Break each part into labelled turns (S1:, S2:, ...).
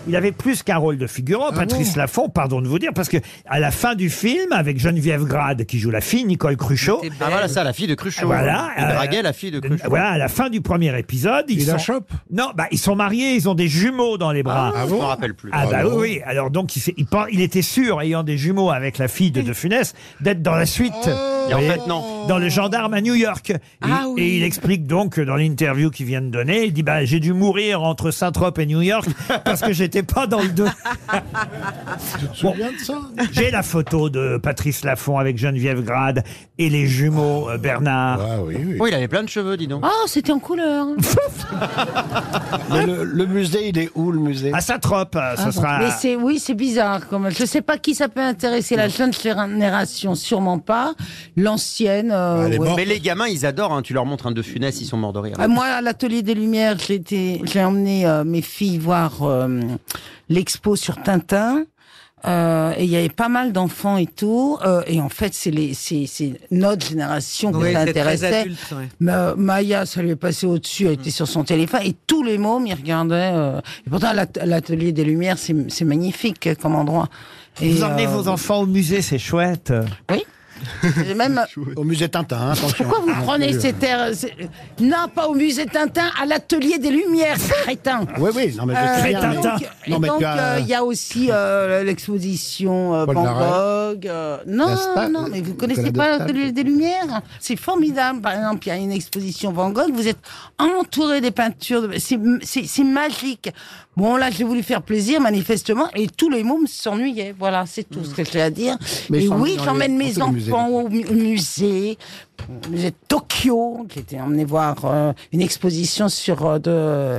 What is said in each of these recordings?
S1: il avait plus qu'un rôle de figurant, Patrice Laffont, pardon de vous dire, parce que à la fin du film, avec Geneviève Grade qui joue la fille, Nicole Cruchot.
S2: Ah voilà ça, la fille de Cruchot.
S1: Voilà,
S2: Il draguait la fille de Cruchot.
S1: Voilà, à la fin du premier épisode,
S3: Il la chope?
S1: Non, ils sont mariés, ils ont des jumeaux dans les bras.
S2: Je me rappelle plus.
S1: Oui. Alors donc il était sûr, ayant des jumeaux avec la fille de Funès, d'être dans la suite.
S2: Et en fait, non.
S1: Dans Le Gendarme à New York. Et il explique donc dans l'interview qu'il vient de donner, il dit j'ai dû mourir entre Saint-Trope et New York parce que j'étais pas dans le 2.
S3: Tu te souviens de ça?
S1: J'ai la photo de Patrice Laffont avec Geneviève Grade et les jumeaux Bernard.
S3: Ah oui.
S2: Oui, il avait plein de cheveux, dis donc.
S4: Oh, c'était en couleur.
S5: Mais le musée, il est où, le musée?
S1: À Saint-Trope, ce sera...
S4: Mais c'est bizarre quand même. Je sais pas qui ça peut intéresser, la jeune génération, sûrement pas. L'ancienne.
S3: Elle est morte.
S2: Mais les gamins, ils adorent. Hein. Tu leur montres un De Funès, ils sont morts de rire.
S4: Moi, à l'Atelier des Lumières, j'ai emmené mes filles voir l'expo sur Tintin. Et il y avait pas mal d'enfants et tout. Et en fait, c'est notre génération qui s'intéressait. Maya, ça lui est passé au-dessus, elle était sur son téléphone. Et tous les mômes, ils regardaient. Et pourtant, l'Atelier des Lumières, c'est magnifique comme endroit.
S1: Vous emmenez vos enfants au musée, c'est chouette.
S4: Oui. Même...
S5: Au musée Tintin, attention.
S4: Pourquoi vous prenez cette air Non, pas au musée Tintin, à l'Atelier des Lumières, crétin.
S5: Oui, non mais je sais bien.
S4: Donc, il y a aussi l'exposition Van Gogh. Non, mais vous connaissez pas l'Atelier des Lumières? C'est formidable. Par exemple, il y a une exposition Van Gogh, vous êtes entouré des peintures. C'est magique. Bon, là, j'ai voulu faire plaisir, manifestement, et tous les mômes s'ennuyaient. Voilà, c'est tout ce que j'ai à dire.
S5: Mais
S4: et oui, j'emmène mes enfants au musée de Tokyo. J'ai été emmené voir une exposition sur de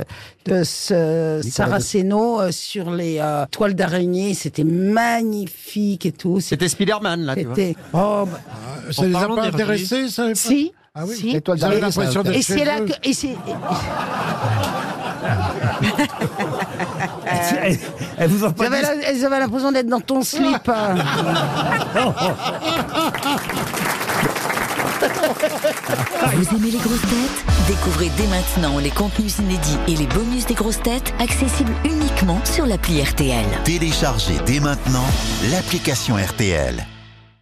S4: Saraceno sur les toiles d'araignée. C'était magnifique et tout.
S2: C'était Spider-Man, là, tu vois.
S3: Ça les a pas intéressés, ça?
S4: Si.
S3: Ah oui?
S4: Si.
S5: Vous
S3: avez l'impression d'être chez eux.
S1: Elles vous ont pas dit...
S4: Elles avaient l'impression d'être dans ton slip.
S6: Vous aimez les grosses têtes? Découvrez dès maintenant les contenus inédits et les bonus des grosses têtes accessibles uniquement sur l'appli RTL.
S7: Téléchargez dès maintenant l'application RTL.